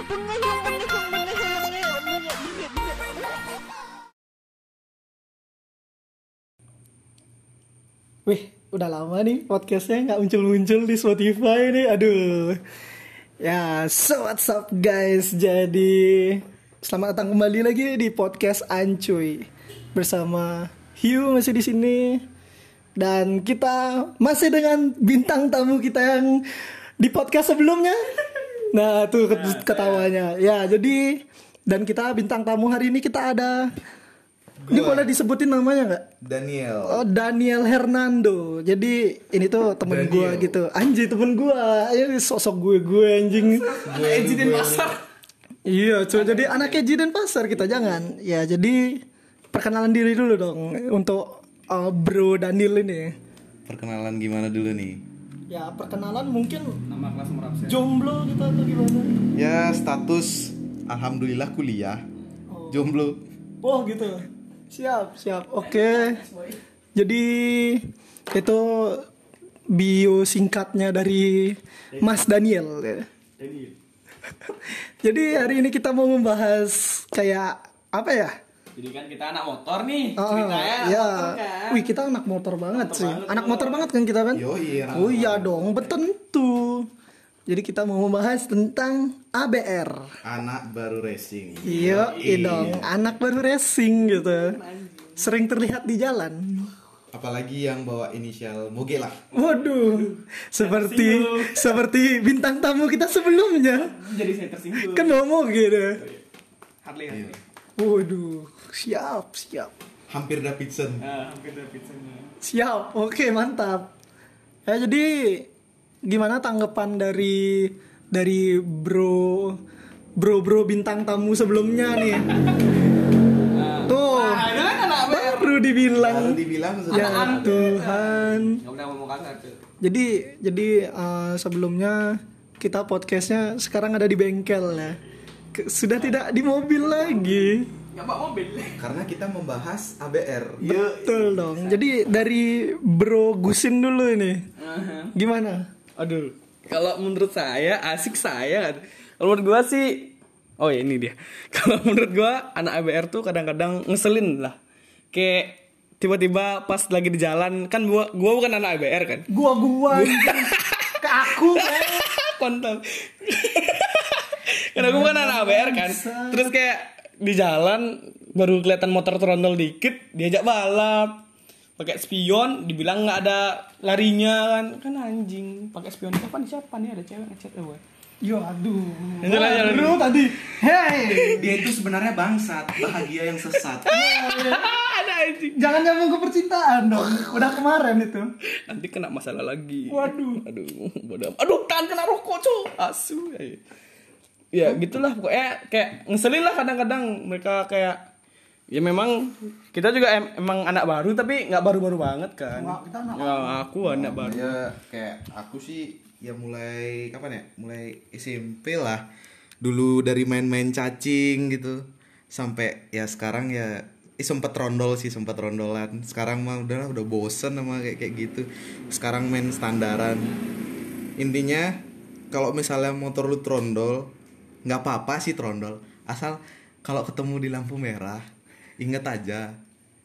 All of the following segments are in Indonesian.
Wih, udah lama nih podcastnya nggak muncul-muncul di Spotify nih. Aduh. Ya, so what's up guys? Jadi selamat datang kembali lagi di podcast Ancuy bersama Hugh masih di sini dan kita masih dengan bintang tamu kita yang di podcast sebelumnya. Nah, tuh ketawanya. Ya, jadi dan kita bintang tamu hari ini kita ada. Ini boleh disebutin namanya nggak? Daniel. Oh, Daniel Hernando. Jadi ini tuh temen gue gitu. Anjing, temen gue. Ini sosok gue anjing. Gue Eji Denpasar. Iya, coba jadi anaknya Eji Denpasar kita jangan. Ya, jadi perkenalan diri dulu dong untuk Bro Daniel ini. Perkenalan gimana dulu nih? Ya, perkenalan mungkin Nama kelas merapsnya. jomblo gitu atau gimana? Ya status alhamdulillah kuliah. Jomblo. Oh, gitu. Siap. Oke. Jadi itu bio singkatnya dari Mas Daniel. Jadi hari ini kita mau membahas kayak apa ya? Jadi kan kita anak motor nih ceritanya. Ya. Motor kan. Wih, kita anak motor banget sih. Anak motor banget kan kita kan? Yoi, Oh iya dong, tentu. Jadi kita mau membahas tentang ABR. Anak baru racing. Iya, dong, anak baru racing gitu. Sering terlihat di jalan. Apalagi yang bawa inisial Moge lah. Waduh, seperti bintang tamu kita sebelumnya. Jadi saya tersinggung. Kan ngomong gitu. Harley. Waduh, siap. Hampir Davidson. Hampir Davidsonnya. Siap, oke mantap. Ya jadi gimana tanggapan dari bro bintang tamu sebelumnya nih? Tuh, Itu kan anak ABR. baru dibilang. Ya anak Tuhan. Enggak udah ngomong kasar tuh. Jadi sebelumnya kita podcastnya sekarang ada di bengkel ya. Sudah tidak di mobil lagi. Enggak bawa mobil. Karena kita membahas ABR. Betul dong. Jadi dari Bro Gusin dulu ini. Gimana? Aduh, kalau menurut saya asik saya. Kalau menurut gua sih, oh ya ini dia. Kalau menurut gua anak ABR tuh kadang-kadang ngeselin lah. Kayak tiba-tiba pas lagi di jalan kan gua bukan anak ABR kan. Gua ke aku Kontol. Karena gua bukan anak ABR kan. Terus kayak di jalan baru kelihatan motor trondol dikit, diajak balap. Pakai spion, dibilang nggak ada larinya kan anjing. Pakai spion siapa nih ada cewek ngechat gue. Yo aduh. Lu tadi. Hey. Dia itu sebenarnya bangsat, bahagia yang sesat. Ada anjing. Jangan nyambung ke percintaan dong. Udah kemarin itu. Nanti kena masalah lagi. Waduh. Bodoh. Aduh, tangan kena rokok, cuy. Asu. Ya, gitulah pokoknya kayak ngeselin lah kadang-kadang mereka kayak ya memang kita juga emang anak baru tapi nggak baru-baru banget kan. Kita anak aku anak baru. Ya kayak aku sih ya mulai kapan ya? Mulai SMP lah. Dulu dari main-main cacing gitu sampai ya sekarang ya sempat rondolan. Sekarang mah udah bosen sama kayak gitu. Sekarang main standaran. Intinya kalau misalnya motor lu trondol, nggak apa-apa sih trondol. Asal kalau ketemu di lampu merah, inget aja.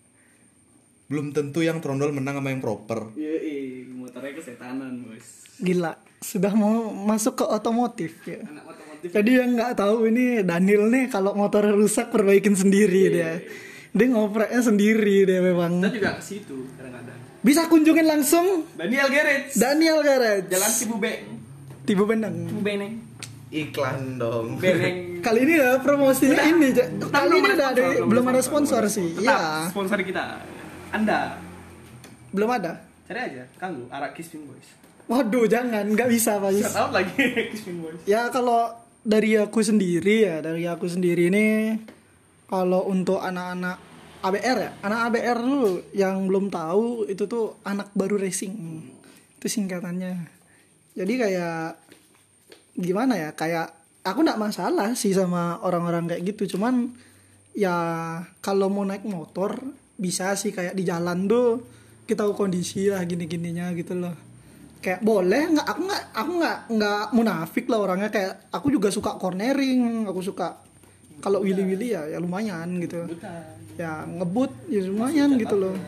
Belum tentu yang trondol menang sama yang proper. Iya, motornya kesetanan, bos. Gila, sudah mau masuk ke otomotif ya. Anak otomotif. Jadi yang nggak tahu ini Daniel nih kalau motor rusak perbaikin sendiri dia. Dia ngopreknya sendiri dia memang. Kita juga ke situ kadang-kadang. Bisa kunjungin langsung Daniel Garage. Jalan Tibu Benang. Beneng. Iklan dong. Beneng. Kali ini ya promosinya ini. Kali ini belum ada sponsor sih. Tetap Iya. sponsor kita. Anda Belum ada. cari aja Kanggu Arak Kispin Boys. Waduh, jangan, nggak bisa Pak. Shout out lagi Kispin Boys. Ya kalau dari aku sendiri ini kalau untuk anak-anak ABR ya, anak ABR tuh yang belum tahu itu tuh anak baru racing. Itu singkatannya. Jadi kayak gimana ya? Kayak aku nggak masalah sih sama orang-orang kayak gitu, cuman ya kalau mau naik motor bisa sih kayak di jalan tuh kita tahu kondisi lah gini-gininya gitu loh. kayak boleh nggak, aku nggak munafik lah orangnya, kayak aku juga suka cornering, aku suka kalau willy ya lumayan gitu ya, ngebut ya lumayan gitu loh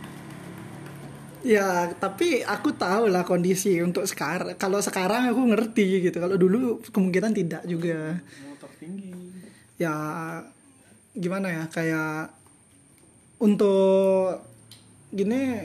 ya. Tapi aku tahu lah kondisi untuk sekarang, kalau sekarang aku ngerti gitu, kalau dulu kemungkinan tidak juga motor tinggi ya. Gimana ya, kayak untuk gini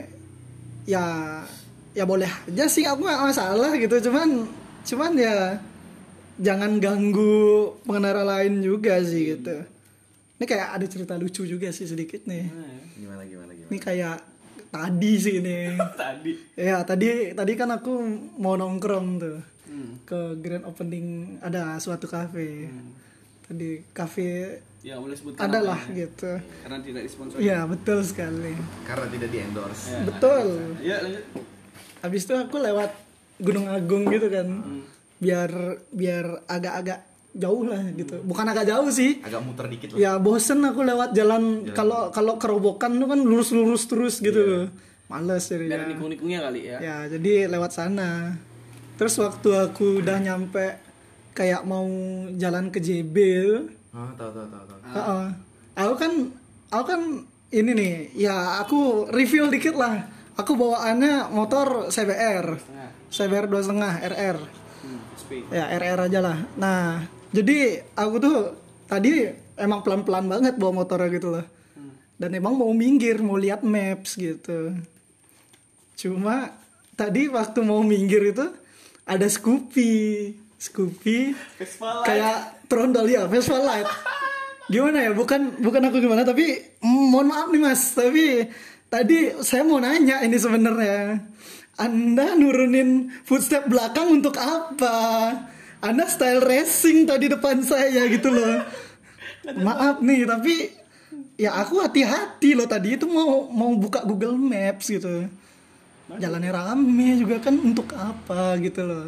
ya boleh aja sih, aku nggak masalah gitu, cuman ya jangan ganggu pengendara lain juga sih gitu. Ini kayak ada cerita lucu juga sih sedikit nih. Gimana? Ini kayak tadi sih ini. tadi kan aku mau nongkrong tuh ke grand opening, ada suatu kafe. Tadi kafe ya boleh sebutkan ada lah namanya. gitu. Karena tidak disponsori. Iya betul sekali. Karena tidak di endorse. Ya, Betul. Ya lanjut. Habis itu aku lewat Gunung Agung gitu kan. Biar agak-agak jauh lah gitu. Bukan agak jauh sih. Agak muter dikit lah. Ya bosen aku lewat jalan kalau kerobokan tuh kan lurus terus gitu loh. Males Biar jadinya. nikung-nikungnya kali ya. Ya, jadi lewat sana. Terus waktu aku udah nyampe kayak mau jalan ke JB tuh. Tahu. Heeh. Aku kan ini nih, ya aku review dikit lah. Aku bawaannya motor CBR 2,5 RR. SP. Ya RR aja lah. Nah, jadi aku tuh tadi emang pelan-pelan banget bawa motornya gitu loh. Dan emang mau minggir, mau lihat maps gitu. Cuma tadi waktu mau minggir itu ada Scoopy Vespa Light. kayak trondol ya, Vespa Light. Gimana ya? Bukan aku gimana, tapi mohon maaf nih Mas, tapi tadi saya mau nanya ini sebenarnya. Anda nurunin footstep belakang untuk apa? Anda style racing tadi depan saya gitu loh. Maaf nih, tapi ya aku hati-hati loh, tadi itu mau buka Google Maps gitu. Jalannya rame juga kan, untuk apa gitu loh.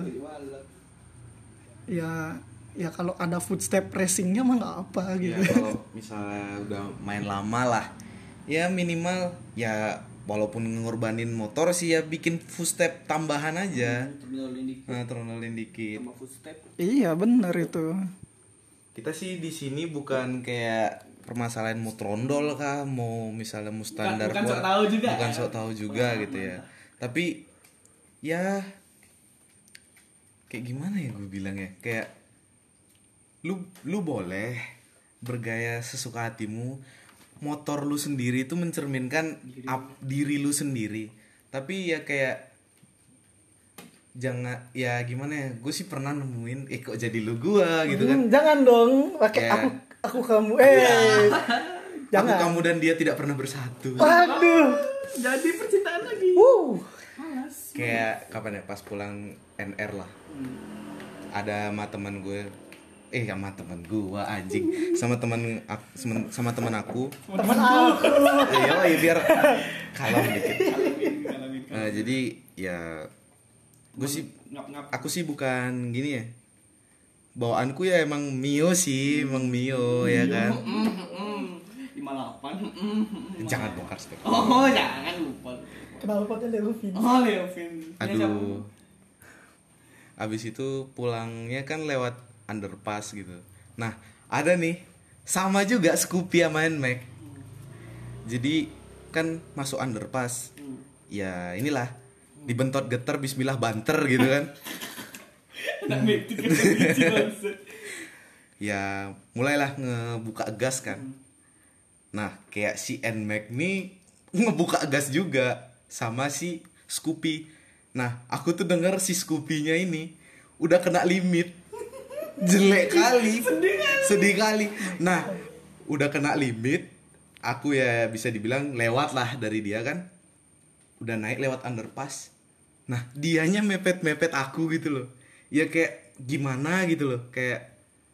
Ya kalau ada footstep racingnya mah nggak apa Ya gitu. kalau misalnya udah main lama lah, ya minimal ya walaupun ngorbanin motor sih ya bikin footstep tambahan aja. Trondolin dikit. Sama footstep. Iya benar itu. Kita sih di sini bukan kayak permasalahan mau trondol kah, mau misalnya mau standar Bukan kuat. sok tahu juga. Bukan sok tahu juga gitu ya. Tapi ya kayak gimana ya gue bilang ya, kayak lu boleh bergaya sesuka hatimu, motor lu sendiri itu mencerminkan diri lu sendiri, tapi ya kayak jangan, ya gimana ya, gue sih pernah nemuin kok jadi lu gua gitu kan. Jangan dong pakai Ya. aku kamu Aku jangan. kamu dan dia tidak pernah bersatu. Waduh. Jadi percintaan lagi. Kayak kapan ya, pas pulang NR lah, ada sama teman gue, sama teman gua anjing, sama teman aku. Teman aku. Ya biar kalem dikit. Jadi ya gue sih, aku sih bukan gini ya, bawaanku ya emang Mio sih, emang Mio ya kan. 58. Jangan bongkar spek. Oh, jangan lupa. Kenal potnya Leovin. Oh, Leovin. Aduh. Abis itu pulangnya kan lewat underpass gitu. Nah, ada nih sama juga Scoopy sama Nmax. Jadi kan masuk underpass. Ya inilah, dibentot getar bismillah banter gitu kan. Ya mulailah ngebuka gas kan. Nah, kayak si Nmax nih ngebuka gas juga sama si Scoopy. Nah, aku tuh denger si Scoopy-nya ini udah kena limit. Jelek kali. Sedih kali. Nah, udah kena limit, aku ya bisa dibilang lewat lah dari dia kan. Udah naik lewat underpass. Nah, dianya mepet-mepet aku gitu loh. Ya kayak gimana gitu loh. Kayak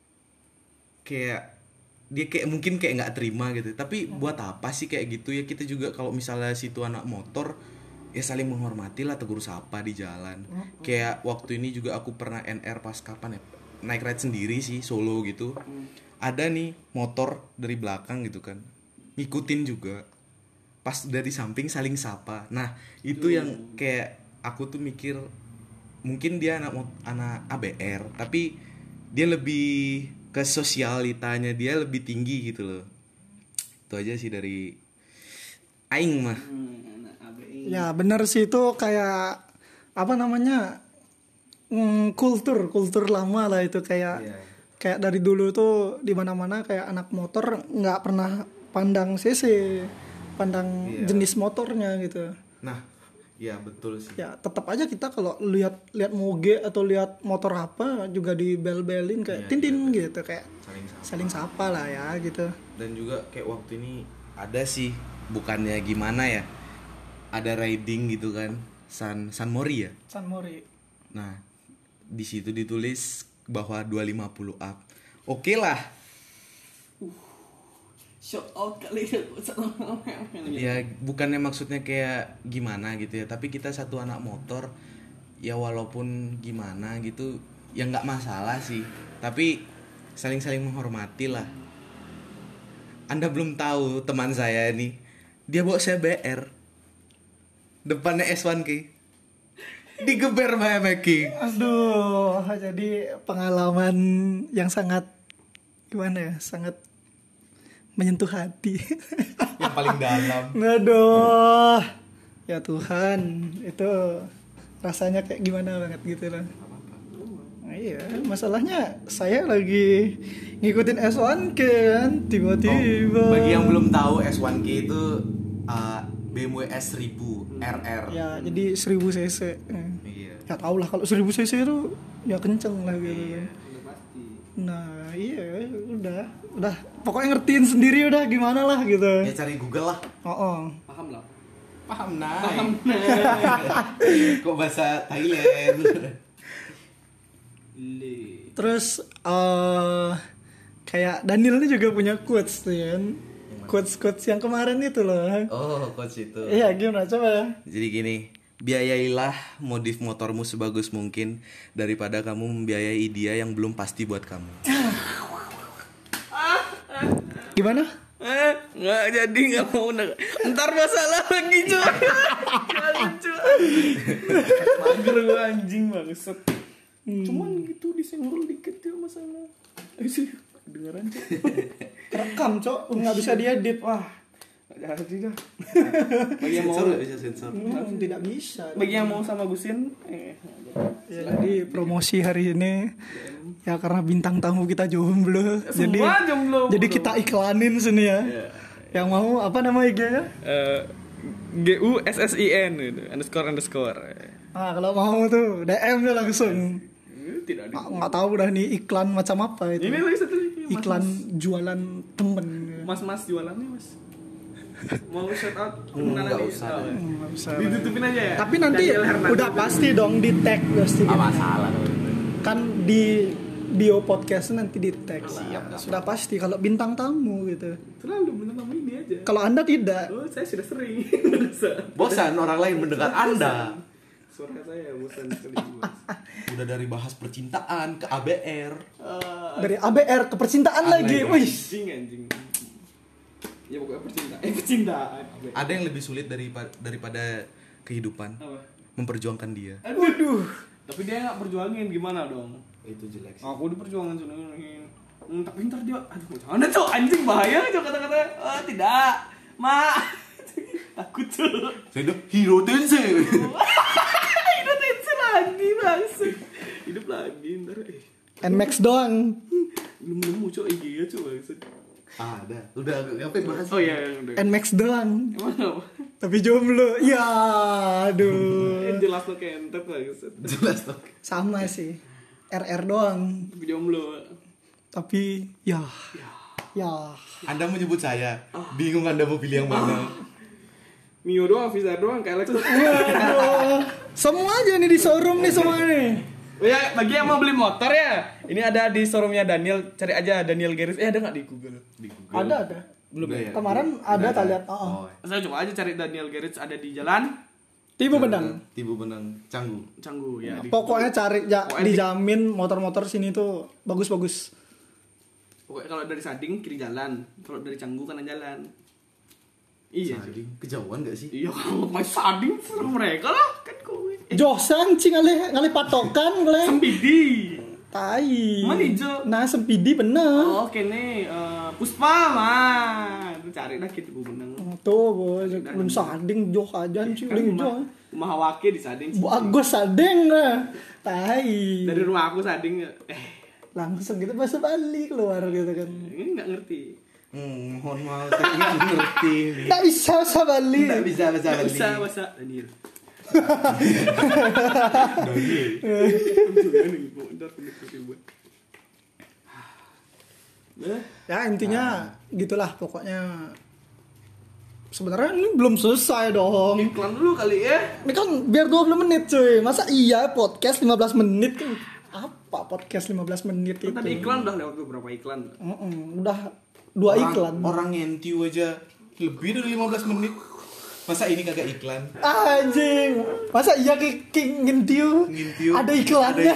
dia kayak mungkin kayak nggak terima gitu. Tapi buat apa sih kayak gitu ya? Kita juga kalau misalnya situ anak motor, ya saling menghormati lah, tegur sapa di jalan. Kayak waktu ini juga aku pernah NR pas kapan ya, naik ride sendiri sih, solo gitu. Ada nih motor dari belakang gitu kan, ngikutin juga. Pas dari samping saling sapa. Nah itu yang kayak aku tuh mikir, mungkin dia anak ABR, tapi dia lebih ke sosialitanya dia lebih tinggi gitu loh. Itu aja sih dari aing mah. Anak ABI. Ya bener sih, itu kayak apa namanya, kultur lama lah itu, kayak Iya. kayak dari dulu tuh di mana-mana kayak anak motor nggak pernah pandang CC, pandang Iya. jenis motornya gitu. Nah, ya betul sih. Ya tetap aja kita kalau lihat moge atau lihat motor apa juga dibel-belin kayak Iya, tintin gitu, kayak Saling sama. saling sapa lah ya gitu. Dan juga kayak waktu ini ada sih, bukannya gimana ya, ada riding gitu kan, San Mori ya. San Mori. Nah, di situ ditulis bahwa 250 up. Oke lah. Shout out kali ya. Ya bukannya maksudnya kayak gimana gitu ya, tapi kita satu anak motor ya walaupun gimana gitu ya nggak masalah sih, tapi saling-saling menghormati lah. Anda belum tahu teman saya ini, dia bawa CBR depannya S1K digeber sama Meki. Aduh, jadi pengalaman yang sangat gimana ya, sangat menyentuh hati. Yang paling dalam. Aduh, ya Tuhan, itu rasanya kayak gimana banget gitu loh. Nah, iya, masalahnya saya lagi ngikutin S1 kan, tiba-tiba. Bagi yang belum tahu, S1K itu BMW S1000 RR. Ya, jadi 1000 cc. Iya. Ya tau lah kalau 1000 cc itu ya kenceng lah gitu. Udah pasti. Nah, iya, udah pokoknya ngertiin sendiri udah gimana lah gitu. Ya cari Google lah. Oh. Paham lah. Paham nah. Paham. Kok bahasa Thailand? Terus kayak Daniel ini juga punya quotes tuh ya. Quotes yang kemarin itu loh. Oh, coach itu. Iya, gimana coba? Jadi gini, biayailah modif motormu sebagus mungkin daripada kamu membiayai dia yang belum pasti buat kamu. Gimana? Nggak jadi, nggak mau. Ntar masalah lagi cuy. Lucu. Mager gua anjing banget. Cuman gitu disenggol dikit ya masalah. Ayo sih, kedengeran cuy. Rekam, Cok. Nggak bisa diedit. Wah, nggak jadi dah. Bagi yang mau, Sensor nggak bisa sensor. Tidak bisa. bagi yang mau sama Gusin, Ya, jadi promosi hari ini ya karena bintang tamu kita jomblo. Jadi jomblo. jadi kita iklanin sini ya. Yang mau apa nama IG-nya? GUSSIN gitu, __. Ah, kalau mau tuh DM-nya langsung. Tidak ada. Nggak tahu dah nih iklan macam apa itu. Ini lagi satu lagi. Iklan jualan temen. Mas jualannya mas. Mau shout out Nggak usah. Nggak usah. Ditutupin aja ya. Tapi nanti Daniel Hernandez. udah pasti dong di tag pasti. Masalah. Kan di bio podcast nanti di tag. Sudah pasti kalau bintang tamu gitu. Selalu bener nama ini aja. Kalau Anda tidak. Oh, saya sudah sering. Bosan orang lain mendengar Anda. Suara saya bosan sekali mas. Udah dari bahas percintaan ke ABR. Dari ABR ke percintaan lagi. Wih. Anjing. Ya pokoknya percintaan. Ada yang lebih sulit daripada kehidupan. Apa? Memperjuangkan dia. Waduh. Tapi dia nggak perjuangin gimana dong? Itu jelek sih. Aku diperjuangin senengin. Tapi ntar dia, aduh jangan cok, anjing bahaya cok kata-kata. Oh tidak, takut cok. Saya Hero Tensei. Hidup tensi lagi langsung. Hidup lagi ntar. Nmax doang. Belum nemu cok IG ya cok langsung. Ada. Udah ngapain bahas? Oh iya udah. Nmax doang. Emang apa? Tapi jomblo. Ya, aduh. Jelas lo kentet langsung. Jelas dong. Sama sih. RR doang. Jomblo. Tapi ya. Anda menyebut saya. Bingung Anda mau pilih yang mana. Mio doang, Visa doang, kayak Alex. Waduh. Semua aja nih di showroom nih semua nih. Oh ya, bagi yang mau beli motor ya, ini ada di showroomnya Daniel, cari aja Daniel Garage. Ada nggak di Google? Ada. Belum ya? Kemarin ada tak lihat. Saya coba aja cari Daniel Garage, ada di jalan Tibu Benang. Tibu Benang Canggu. Canggu ya. Pokoknya cari Pokoknya dijamin motor-motor sini tuh bagus-bagus. Pokoknya kalau dari Sading kiri jalan, kalau dari Canggu kanan jalan. Iya. Sading. Kejauhan gak sih? Iya, kalau main Sading suruh mereka lah kan kowe. ijo sancing ngale patokan gleng. Sempidi. Tai. Mana ijo? Nah, sempidi bener. Oh, kene Puspa mah. Lu cari dah gitu bener. Tuh, bos, belum sading jo ajan sih, udah ijo. Rumah wake di Sading. Bu Agus sading lah. Tai. Dari rumah aku Sading. Langsung gitu bahasa Bali keluar gitu kan. Ini enggak ngerti. Mohon maaf, saya nggak ngerti nih. Nggak bisa bahasa Bali. Nggak bisa bahasa Bali. Bisa bahasa Daniel. Ya intinya gitulah pokoknya. Sebenarnya ini belum selesai dong. Iklan dulu kali ya. Ini kan biar 20 menit cuy. Masa iya podcast 15 menit kan? Apa podcast 15 menit itu? Tadi iklan udah lewat beberapa iklan. Udah 2 iklan. Orang ngentiu aja lebih dari 15 menit. Masa ini kagak iklan? Anjing. Masa iya ngintiu? Ada iklannya.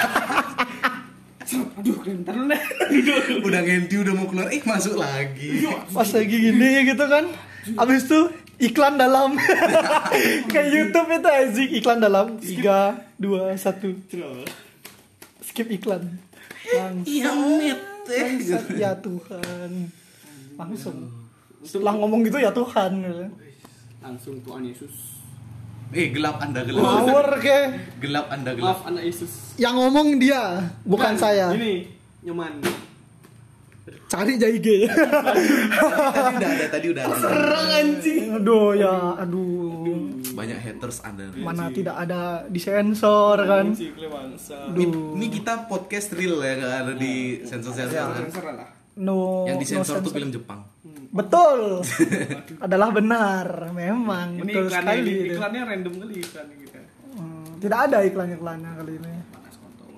Aduh, bentar lu nih. Udah ngentiu udah mau keluar, masuk lagi. Pas lagi gini gitu kan. Abis itu iklan dalam. Kayak YouTube itu anjing, iklan dalam. 3, 2, 1. Skip iklan. Iya, Bangsat, ya Tuhan. Langsung. Setelah ngomong gitu ya Tuhan. Langsung Tuhan Yesus. Gelap Anda gelap. Power ke. Gelap Anda Maaf gelap. anak Yesus. Yang ngomong dia, bukan saya. Ini nyoman. Cari JG. Tadi udah ada. Serang anjing. Aduh ya, aduh. Banyak haters Anda. Mana tidak ada disensor kan. Ini kita podcast real ya, nggak ada di sensor-sensor kan. Serah lah. No. Yang disensor no tuh sensor. film Jepang. Betul. Adalah benar, memang Ini betul iklannya, sekali. itu. iklannya random kali iklannya kita. Tidak ada iklan-iklannya kali ini. Panas kontol.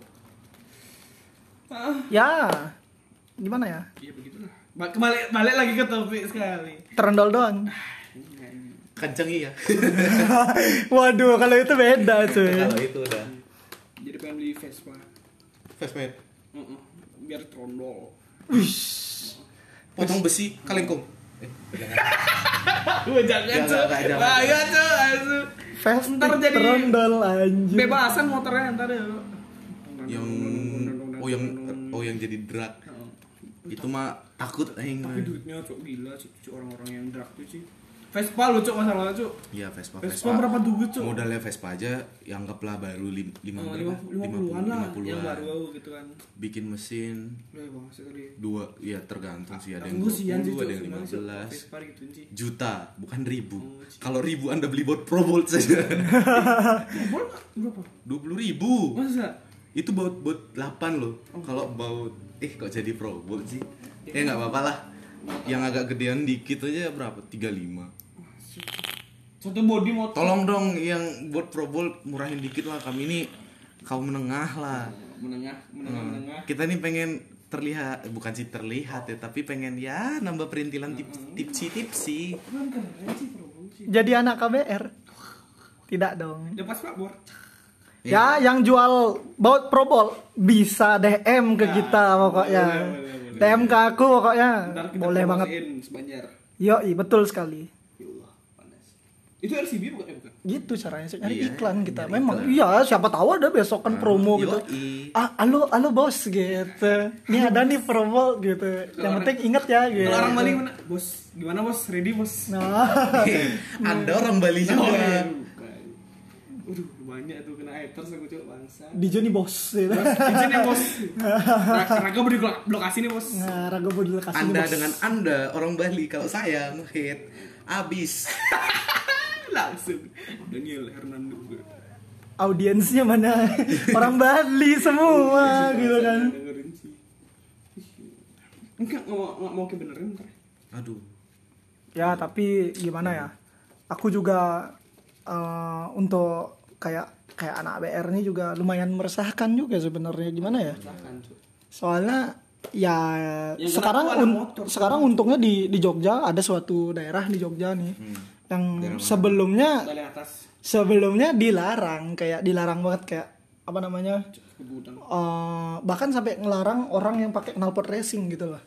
Ya, gimana ya? Iya begitulah. Balik lagi ke topik sekali. Terendol doang. Kencengi ya. Waduh, kalau itu beda cuy. Kalau itu udah. Jadi pengen beli Vespa. Fastmate. Biar trondol. Potong besi kalengkong. Jangan Jangan. Bahaya cuy. Fast Ntar jadi terendol anjir. bebasan motornya ntar ya. Yang jadi drag. Itu mah takut aing. Tapi duitnya cok gila sih orang-orang yang drag tuh sih. Vespa lu cok masalahnya cok. Iya, Vespa. Vespa berapa duit cok? Modalnya Vespa aja yang anggaplah baru 50-an lah yang baru gitu kan. Bikin mesin Udah bang sekali. 2, ya tergantung sih, ada yang Gue sian sih 20, cok. ada yang Sebenarnya 15 Vespa gitu sih. juta, bukan ribu. Kalau ribu Anda beli buat Pro Bolt saja. Boleh berapa? 20.000. Masa? Itu baut 8 loh. Kalau baut kok jadi Pro Bolt sih? Ya nggak apa-apa lah. Yang agak gedean dikit aja berapa? 35. Satu body motor. Tolong dong yang buat Pro Bolt murahin dikit lah, kami ini kaum menengah lah. Menengah. Kita nih pengen terlihat, bukan sih terlihat ya, tapi pengen ya nambah perintilan tipsi. Keren sih Pro Bowl sih. Jadi anak KBR. Tidak dong. Udah pas Pak Bor. Ya, yang jual baut Pro Bowl bisa DM ke kita pokoknya. boleh. DM ke aku pokoknya. Ntar kita Boleh banget. promosiin sebanjar. Yoi, betul sekali. Ya Allah, panas. Itu RCB bukan? Bukan. Gitu caranya nyari Iya, iklan kita. nyari Memang iklan. iya, siapa tahu ada besok kan promo gitu. yoi. Halo bos gitu. Ini ada nih promo gitu. Yang penting inget ya gitu. Kalau orang Bali mana? Bos, gimana bos? Ready bos? Nah, Ada orang Bali juga. Udah banyak tuh kena haters aku coba bangsa. Dijo nih bos gitu. Izin ya bos. Raga beri lokasi nih bos. Nah, Raga Bodil kasih nih, Anda bos. dengan Anda orang Bali, kalau saya nge-hate abis. Langsung Daniel Hernando. Audiensnya mana? Orang Bali semua gitu kan. Dengerin sih. Enggak mau kebenerin ntar. Aduh. Ya, tapi gimana ya? Aku juga untuk kayak anak BR ini juga lumayan meresahkan juga sebenarnya, gimana ya? Soalnya ya Yang sekarang kenapa anak motor? sekarang untungnya di Jogja ada suatu daerah di Jogja nih yang Daerah mana? Dari atas sebelumnya dilarang banget kayak apa namanya? kebutan. Bahkan sampai ngelarang orang yang pakai knalpot racing gitu loh.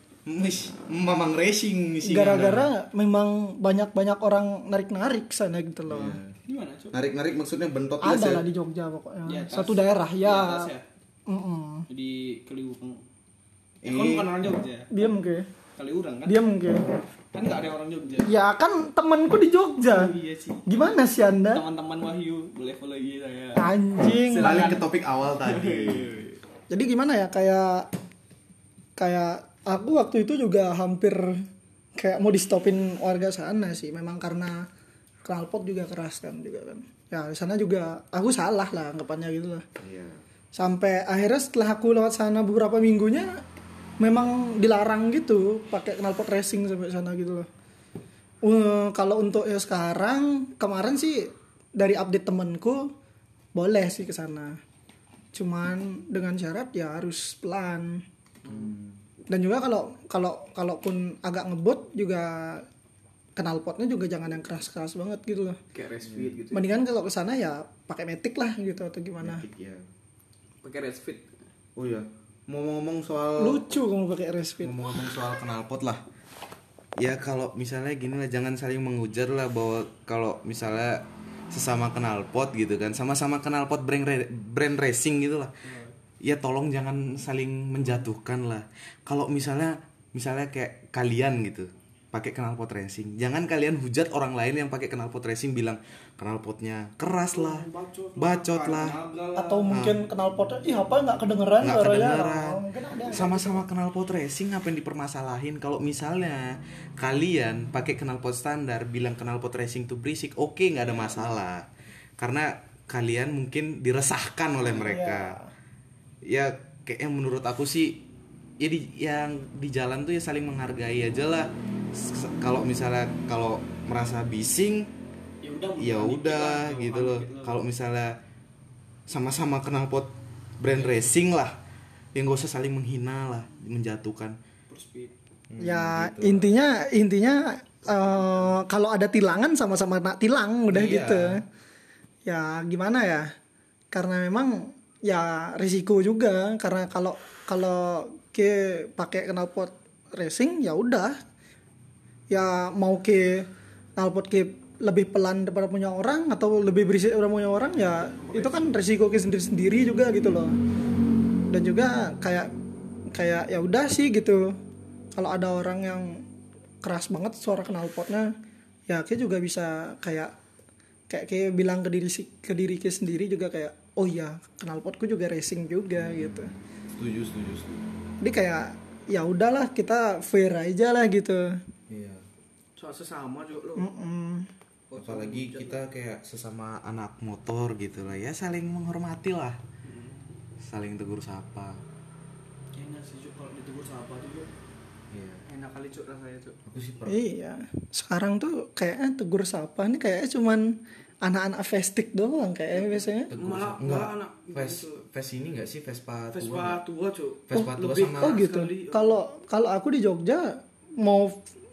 Mamang racing sih. Gara-gara memang banyak orang narik sana gitu loh. Gimana, Cuk? Narik maksudnya bentot ya. Ada lah di Jogja pokoknya. Di atas. Satu daerah Di ya. atas ya? Mm-mm. Di Kaliurang. Kan bukan orang Jogja. Diam ke? Kaliurang kan? Diam ke? Kan nggak ada orang Jogja. Ya kan temanku di Jogja. Iya sih. Gimana sih Anda? Teman-teman Wahyu boleh follow IG saya. Anjing. Balik ke topik awal tadi. Jadi gimana ya, kayak aku waktu itu juga hampir kayak mau di stopin warga sana sih, memang karena knalpot juga keras kan juga kan. Ya di sana juga aku salah lah anggapannya gitu lah. Iya. Sampai akhirnya setelah aku lewat sana beberapa minggunya memang dilarang gitu pakai knalpot racing sampai sana gitu loh. Kalau untuk ya sekarang, kemarin sih dari update temenku boleh sih ke sana. Cuman dengan syarat ya harus pelan. Dan juga kalaupun agak ngebut juga knalpotnya juga jangan yang keras-keras banget gitu loh. Kayak race fit gitu. Mendingan kalau ke sana ya pakai matic lah gitu atau gimana. Iya. Pakai race fit. Oh iya. Mau ngomong soal Lucu kamu pakai race fit. ngomong soal knalpot lah. Ya kalau misalnya gini lah, jangan saling mengujar lah bahwa kalau misalnya sesama knalpot gitu kan, sama-sama knalpot brand racing gitu lah. Ya tolong jangan saling menjatuhkan lah. Kalau misalnya kayak kalian gitu pakai knalpot racing, jangan kalian hujat orang lain yang pakai knalpot racing, bilang knalpotnya keras lah, bacot lah, Atau mungkin knalpotnya apa nggak kedengeran nggak suaranya. kedengeran. Mungkin ada. Sama-sama knalpot racing, apa yang dipermasalahin? Kalau misalnya kalian pakai knalpot standar bilang knalpot racing tuh berisik, oke, nggak ada masalah, karena kalian mungkin diresahkan oleh mereka. Ya kayak menurut aku sih ya yang di jalan tuh ya saling menghargai aja lah. Kalau misalnya kalau merasa bising ya udah gitu loh. Kalau misalnya sama-sama knalpot brand racing lah, yang gak usah saling menghina lah, menjatuhkan. Ya gitu. intinya kalau ada tilangan sama-sama nak tilang udah Iya. gitu. Ya gimana ya? Karena memang ya risiko juga, karena kalau ke pakai knalpot racing ya udah. Ya mau ke knalpot ke lebih pelan daripada punya orang atau lebih berisik daripada punya orang, ya itu kan risiko ke sendiri-sendiri juga gitu loh. Dan juga kayak ya udah sih gitu. Kalau ada orang yang keras banget suara knalpotnya, ya kayak juga bisa kayak bilang ke diri sendiri juga kayak, oh iya knalpotku juga racing juga gitu. Setuju. Jadi kayak ya udahlah, kita fair aja lah gitu. Iya. Soal sesama juga lo. Apalagi kita kayak sesama anak motor gitu lah, ya saling menghormati lah, saling tegur sapa. Kayaknya sih Cuk, kalau ditegur siapa tuh Cuk, Iya. enak kali Cuk rasanya Cuk. Aku sih Iya, sekarang tuh kayaknya tegur sapa nih kayaknya cuman anak-anak festik doang kayaknya biasanya. Malah anak Ves ini enggak sih Vespa Vespa tua Cuk. Vespa tua lebih- sama Oh gitu. sekali. Kalau aku di Jogja mau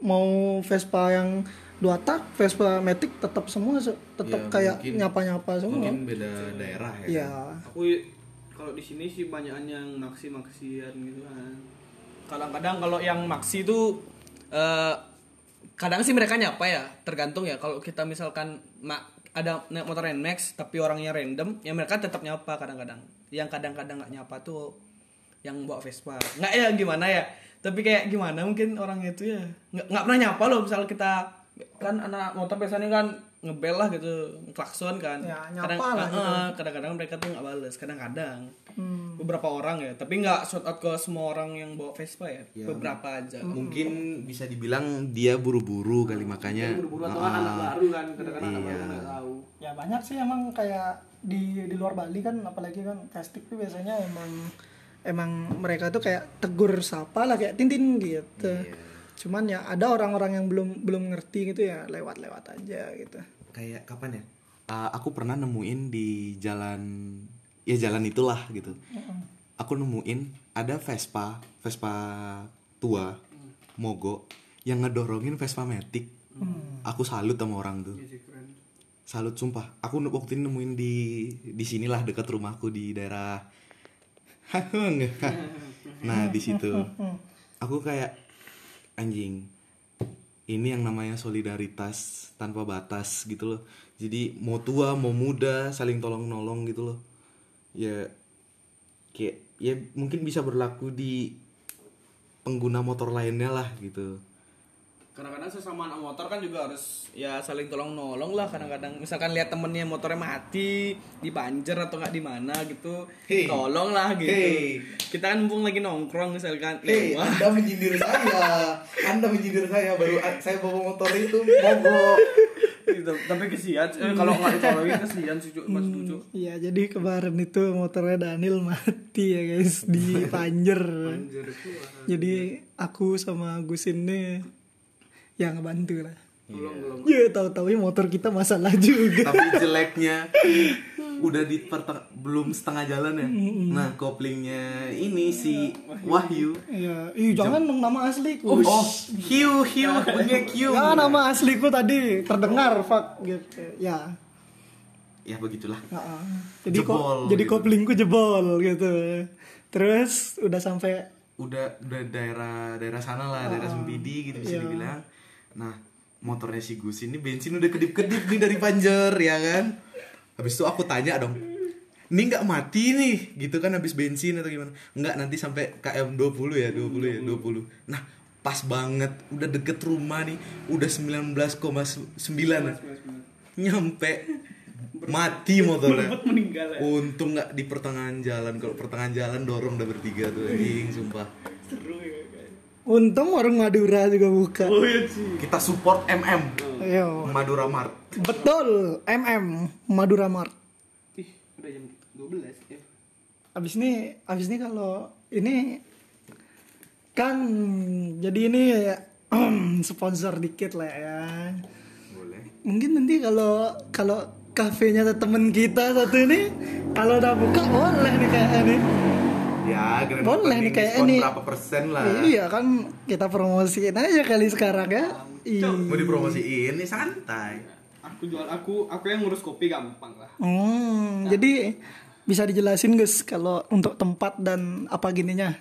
Vespa yang 2 tak, Vespa Matic tetap semua tetap Ya, kayak mungkin- nyapa-nyapa semua. mungkin beda daerah ya. Iya. Aku kalau di sini sih banyakan yang maksian gitu kan. Kadang-kadang kalau yang maksi itu kadang sih mereka nyapa ya, tergantung ya. Kalau kita misalkan ada naik motor NMAX tapi orangnya random, ya mereka tetap nyapa kadang-kadang. Yang kadang-kadang nggak nyapa tuh yang bawa Vespa. Nggak ya gimana ya? Tapi kayak gimana mungkin orangnya itu ya nggak pernah nyapa loh. Misal kita kan anak motor biasanya kan ngebel lah gitu, klakson kan. Ya, nyapa lah gitu. Kadang-kadang mereka tuh nggak bales, kadang-kadang beberapa orang ya, tapi nggak shout out ke semua orang yang bawa Vespa ya, beberapa aja. Mungkin bisa dibilang dia buru-buru kali, makanya Buru-buru atau anak baru kan, kadang-kadang anak baru nggak tahu. Ya banyak sih emang kayak di luar Bali kan, apalagi kan festik tuh biasanya emang mereka tuh kayak tegur sapa lah kayak Tintin gitu. Cuman ya ada orang-orang yang belum ngerti gitu ya, lewat-lewat aja gitu. kayak kapan ya? Aku pernah nemuin di jalan itulah gitu. Aku nemuin ada Vespa tua mogok yang ngedorongin Vespa Matic. Aku salut sama orang tuh. Salut sumpah. Aku waktu ini nemuin di sinilah dekat rumahku di daerah nah di situ. Aku kayak anjing. ini yang namanya solidaritas tanpa batas gitu loh. Jadi mau tua mau muda saling tolong menolong gitu loh. Ya kayak ya mungkin bisa berlaku di pengguna motor lainnya lah gitu. Kadang-kadang sesama anak motor kan juga harus ya saling tolong nolong lah. Kadang-kadang misalkan lihat temennya motornya mati di banjir atau nggak di mana gitu, Hey. tolong lah gitu. Hey. Kita kan mumpung lagi nongkrong misalkan, wah, Anda menyindir saya. Anda menyindir saya baru saya bawa motor itu mogok. gitu. Tapi kesian, kalau nggak ditolongin kesian sih Cuk, Mas Cuk. Iya, jadi kemarin itu motornya Daniel mati ya guys di banjir. Banjir itu, wah. Jadi aku sama Gus ini yang ngebantu lah. Belum. Ya tahu-tahu motor kita masalah juga. Tapi jeleknya udah di belum setengah jalan ya. Nah, koplingnya ini si Wahyu. Iya, jangan dong nama asliku. Oh, Hiu, punya Q. Ya nama asliku tadi terdengar fuck gitu. Ya. Ya begitulah. Heeh. Jadi Jebol, jadi gitu. koplingku jebol gitu. Terus udah sampai Udah daerah sana lah, daerah Sempidi gitu bisa Iya. dibilang. Nah, motornya si Gus ini bensin udah kedip-kedip nih dari banjir ya kan. Habis itu aku tanya dong, ini nggak mati nih gitu kan habis bensin atau gimana? Nggak, nanti sampai KM 20 ya 20. Nah, pas banget udah deket rumah nih, udah 19,9 nyampe mati motornya. Berebut meninggal ya. Untung nggak di pertengahan jalan. Kalau pertengahan jalan dorong udah bertiga tuh anjing sumpah. Seru ya guys. untung warung Madura juga buka. Oh iya sih. Kita support MM Ayo. Madura Mart. Betul, Madura Mart. Ih, udah jam 12 ya. Abis ini kalau ini kan jadi ini ya, sponsor dikit lah ya. Boleh. Mungkin nanti kalau kafenya temen kita satu ini kalau udah buka boleh nih kayak ini. Ya, Grand Boleh Opening nih kayak diskon ini. berapa persen lah. Iya kan kita promosiin aja kali sekarang ya. Mau dipromosiin nih santai. Aku yang ngurus kopi gampang lah. Jadi bisa dijelasin guys kalau untuk tempat dan apa gininya.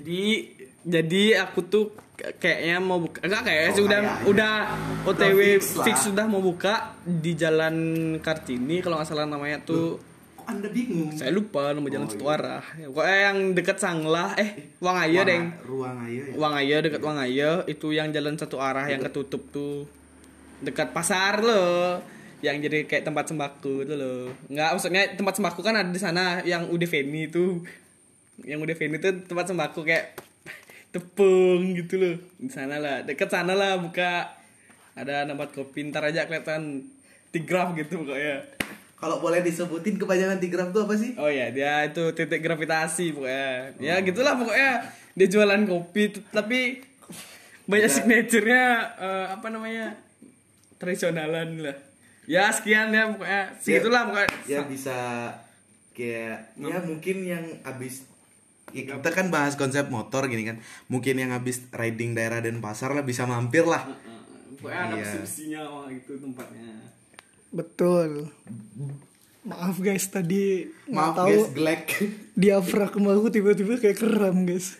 Jadi aku tuh kayaknya mau buka, enggak kayaknya sih udah OTW fix lah. fix sudah mau buka di Jalan Kartini kalau nggak salah namanya tuh. Kok Anda bingung? Saya lupa nama jalan Oh, satu iya. arah. Pokoknya yang dekat Sanglah, Wangaya deng. Ruang Ayo ya. Wangaya dekat Wangaya itu yang jalan satu arah yang ketutup tuh. Dekat pasar loh. Yang jadi kayak tempat sembako itu loh. Enggak, maksudnya tempat sembako kan ada di sana yang udah Veni tuh. Yang udah Veni tuh tempat sembako kayak tepung gitu loh. Di sana lah, dekat sana lah buka. Ada tempat kopi, ntar aja kelihatan Tigraf gitu pokoknya. Kalau boleh disebutin kepanjangan Tigraf tuh apa sih? Oh ya, dia itu titik gravitasi pokoknya. Ya gitulah pokoknya. Dia jualan kopi tapi banyak signaturenya apa namanya? Tradisionalan lah. Ya sekian ya pokoknya. Segitulah pokoknya. Ya bisa kayak ya mungkin yang abis ya kita kan bahas konsep motor gini kan. Mungkin yang abis riding daerah Denpasar lah bisa mampir lah. Pokoknya ada Iya. opsi-opsinya wah itu tempatnya. Betul. Maaf guys tadi nggak Maaf tahu guys, Glek. diafragma aku tiba-tiba kayak kram guys.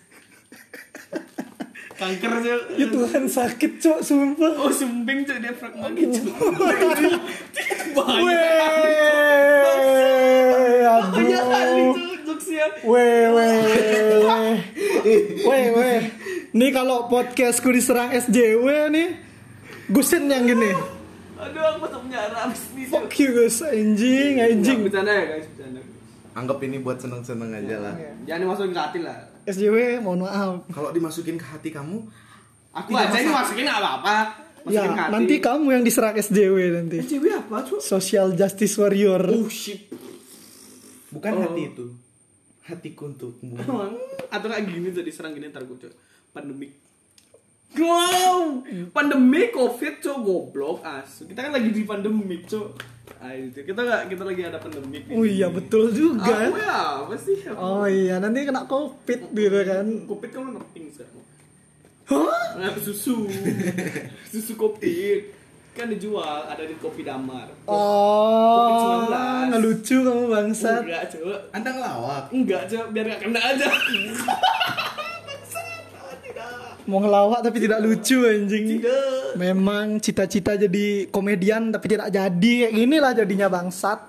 Kanker sih. Ya Tuhan sakit cok sumpah. Oh sumbing tuh dia fragma gitu. Weh, aduh. Weh. Nih kalau podcastku diserang SJW nih, Gusin yang gini. Aduh aku masuk penjara abis ini. Fuck you guys, anjing. Bercanda ya guys, bercanda. Anggap ini buat seneng-seneng aja lah. Jangan dimasukin ke hati lah. SJW mohon maaf. Kalau dimasukin ke hati kamu, Aku Tidak aja ini masalah. masukin nggak apa-apa. Masukin Ya, ke hati. nanti kamu yang diserang SJW nanti. SJW apa cuy? Social Justice Warrior. Oh shit. bukan hati itu. Hatiku untukmu. Atau kayak gini tuh diserang gini ntar gue cuy. Pandemik. Wow, pandemi COVID cuy goblok asu. Kita kan lagi di pandemik cuy. Kita lagi ada pandemik. Oh iya betul juga. Aku ya apa sih? Oh iya nanti kena COVID gitu kan. COVID kan udah penting sekarang. Hah? Nah, susu kopi kan dijual ada di Kopi Damar. Oh, COVID-19. ngelucu kamu bangsat. Enggak cuy. Anda ngelawak. Enggak cuy, biar gak kena aja. Bangsat, tidak. Mau ngelawak tapi tidak lucu anjing. Memang cita-cita jadi komedian tapi tidak jadi. Kayak ginilah jadinya bangsat.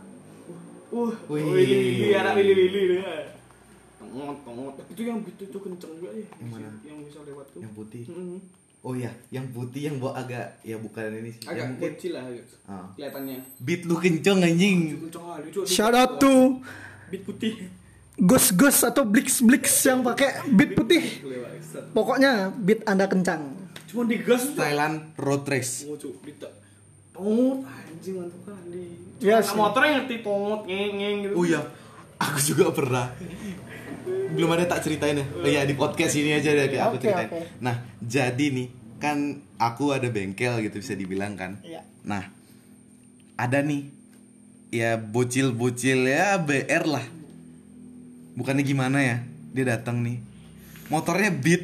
Wih, anak Willy Tongot. Itu yang begitu tuh kenceng juga ya. Yang mana? Yang bisa lewat tuh. Yang putih. Oh iya, yang putih yang bawa agak ya bukan ini sih. Agak Yang mungkin kecil lah gitu. Kelihatannya. beat lu kenceng anjing. Kenceng kali cuy. Shout out to Beat putih. Gus atau Blix yang pakai beat putih. Pokoknya beat Anda kencang. Cuma digas tuh. Thailand road race. Oh cuy, kita. Tongot anjing mantap kali. Yes. Nah, motornya ngerti tongot ngeng gitu. Oh iya, aku juga pernah. Belum ada tak ceritain ya. Oh iya, di podcast ini aja deh kayak aku Oke, ceritain. oke. Nah, jadi nih kan aku ada bengkel gitu bisa dibilang kan. Iya. Nah, ada nih ya bocil-bocil ya BR lah. Bukannya gimana ya? Dia datang nih. Motornya beat.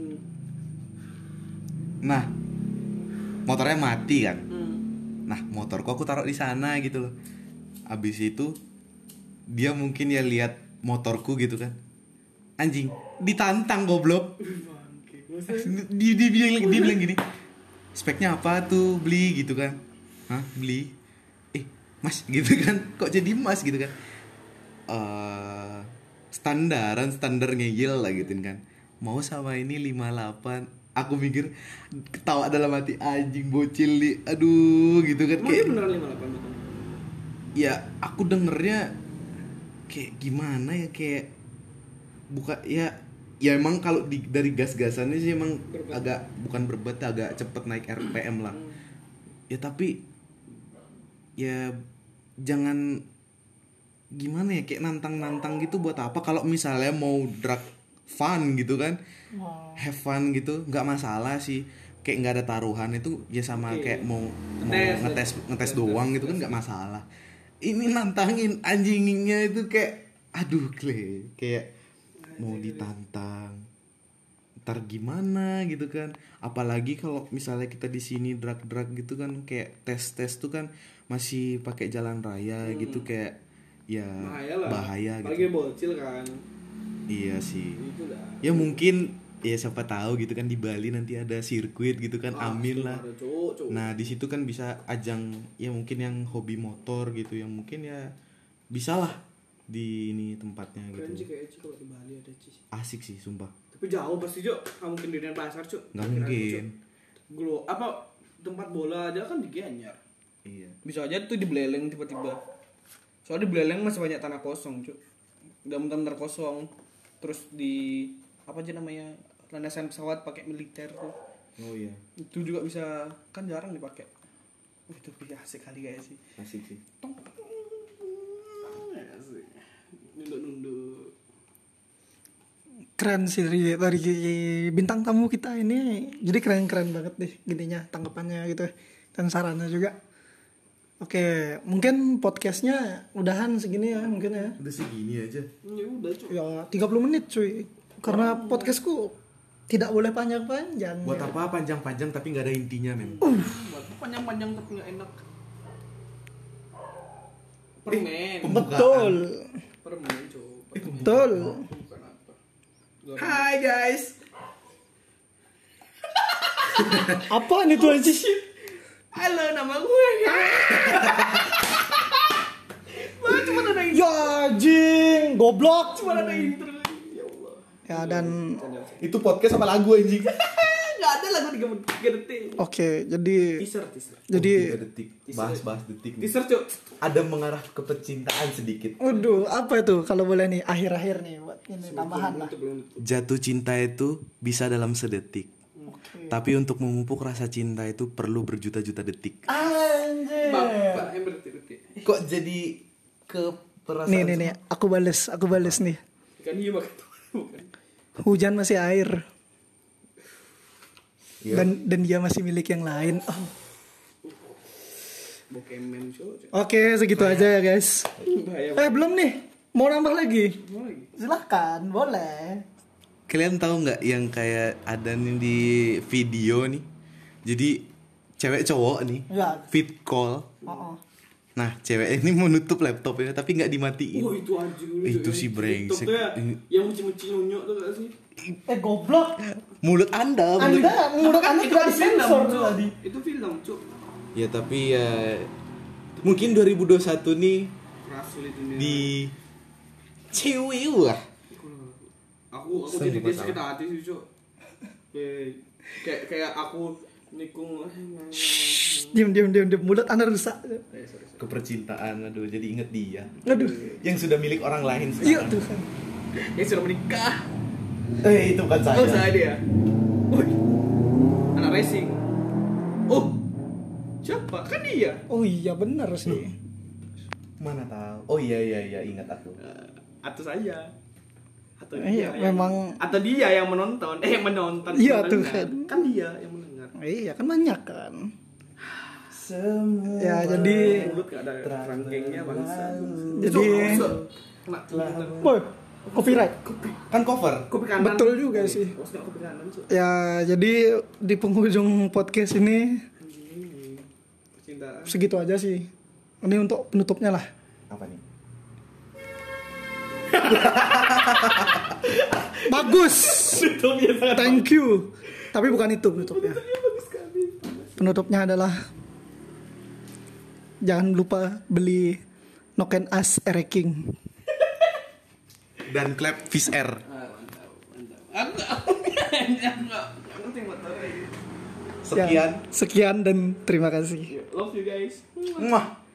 Nah, motornya mati kan. Nah, motorku aku taruh di sana gitu loh. Abis itu dia mungkin ya lihat motorku gitu kan. Anjing, ditantang goblok. Dia bilang gini. Speknya apa tuh? Beli gitu kan. Hah, beli? Mas gitu kan. Kok jadi mas gitu kan? Standar ngeyel lah gitu kan. Mau sama ini 58. Aku mikir ketawa dalam hati anjing bocil nih. Aduh gitu kan. Kayak beneran 58 betul. Ya aku dengernya kayak gimana ya, kayak buka ya emang kalau dari gas-gasannya sih emang agak bukan berbet, agak cepet naik RPM lah. Ya tapi ya jangan gimana ya, kayak nantang gitu buat apa? Kalau misalnya mau drag fun gitu kan, have fun gitu nggak masalah sih, kayak nggak ada taruhan itu ya sama kayak mau ngetes doang gitu kan nggak masalah. Ini nantangin anjingnya itu kayak aduh kayak mau ditantang ntar gimana gitu kan. Apalagi kalau misalnya kita di sini drag gitu kan, kayak tes tuh kan masih pakai jalan raya gitu, kayak ya bahaya gitu. Apalagi bocil kan. Iya sih. Ya mungkin ya siapa tahu gitu kan di Bali nanti ada sirkuit gitu kan, amin lah. Nah di situ kan bisa ajang ya mungkin yang hobi motor gitu, yang mungkin ya bisa lah di ini tempatnya gitu. Keren sih kayak kalau di Bali ada sih. Asik sih sumpah. Tapi jauh pasti Cuk, nggak mungkin di Denpasar Cuk. Nggak mungkin. Tempat bola aja kan di Gianyar. Iya. Bisa aja tuh di Beleleng tiba-tiba. Soalnya di Beleleng masih banyak tanah kosong Cuk. Udah bentar kosong. Terus di apa aja namanya, landasan pesawat pakai militer tuh. Oh iya. Itu juga bisa, kan jarang dipakai. Itu asik kali kayak sih. Asik sih. Nunduk. Keren sih dari bintang tamu kita ini. Jadi keren banget deh gininya, tanggapannya gitu dan sarannya juga. Oke, mungkin podcastnya udahan segini ya mungkin ya. Udah segini aja. Ya udah Cuk. Ya 30 menit cuy. Karena podcastku tidak boleh panjang-panjang. Buat ya. apa panjang-panjang tapi nggak ada intinya men. Panjang-panjang tapi nggak enak. Permen. Betul. Permen Cuk. Betul. Bukan apa. Hai guys. Apa nih tuh anjing? Halo, nama gue. Cuma ada intro. Ya anjing, goblok. Cuma ada intro. Ya Allah. Ya dan Itu podcast apa lagu anjing? Nggak ada lagu 3 detik. oke, jadi Teaser. jadi 3 detik. Bahas detik nih. Teaser Cuk. Ada mengarah ke percintaan sedikit. waduh, apa itu kalau boleh nih akhir-akhir nih buat ini tambahan lah. Jatuh cinta itu bisa dalam sedetik. Tapi untuk memupuk rasa cinta itu perlu berjuta-juta detik. Anjir. Bapak yang berdetik-detik. Kok jadi ke perasaan? Nih, aku balas nih. Kan iya bukan. Hujan masih air. Iya. Dan dia masih milik yang lain. Oh. Bokemen Cuk. Oke, segitu aja ya guys. Bahaya. Belum nih. Mau nambah lagi? Mau lagi. Silahkan, boleh. Kalian tahu nggak yang kayak ada nih di video nih? Jadi cewek cowok nih, Ya. fit call. Oh. Nah, cewek ini menutup laptopnya tapi nggak dimatiin. Oh itu anjing. Itu si brengsek. Yang menci-menci nyonyok tuh gak sih? Goblok. mulut Anda. Menurut Anda Itu tidak kan film, disensor Cuk. tadi. Itu film, Cuk. Ya tapi ya mungkin 2021 nih Rasul itu nih. di Ciwiu lah. Aku Sering jadi masalah. sakit hati sih, Cuk. Kayak aku nikung. Diam. Mulut Anda rusak. Kepercintaan, aduh jadi inget dia Aduh. yang sudah milik orang lain Iya sekarang. Tuhan. Ya sudah menikah. Itu bukan saya. Oh, saya dia. Wih. Anak racing. Oh. Siapa? Kan dia. Oh iya benar sih. Mana tahu. Oh iya ingat aku. Atau saya. Atau Iya, memang- atau dia yang menonton. Menonton. Iya, mendengar. tuh kan. Kan dia yang mendengar. Iya kan banyak kan. Semua Ya jadi Mulut gak ada rangkengnya bangsa. Jadi- boy, copyright. kan cover. Kopi kanan. Betul juga sih. Oh, enggak kopi kanan, Cuk. Ya jadi di penghujung podcast ini Percintaan. segitu aja sih. Ini untuk penutupnya lah. Apa nih? Bagus. Tutupnya sangat Thank you. Tapi bukan itu penutupnya. Penutupnya adalah jangan lupa beli Noken As King. Dan clap Fish Air. Enggak ngerti motor ini. Sekian. Sekian dan terima kasih. Love you guys. Muah.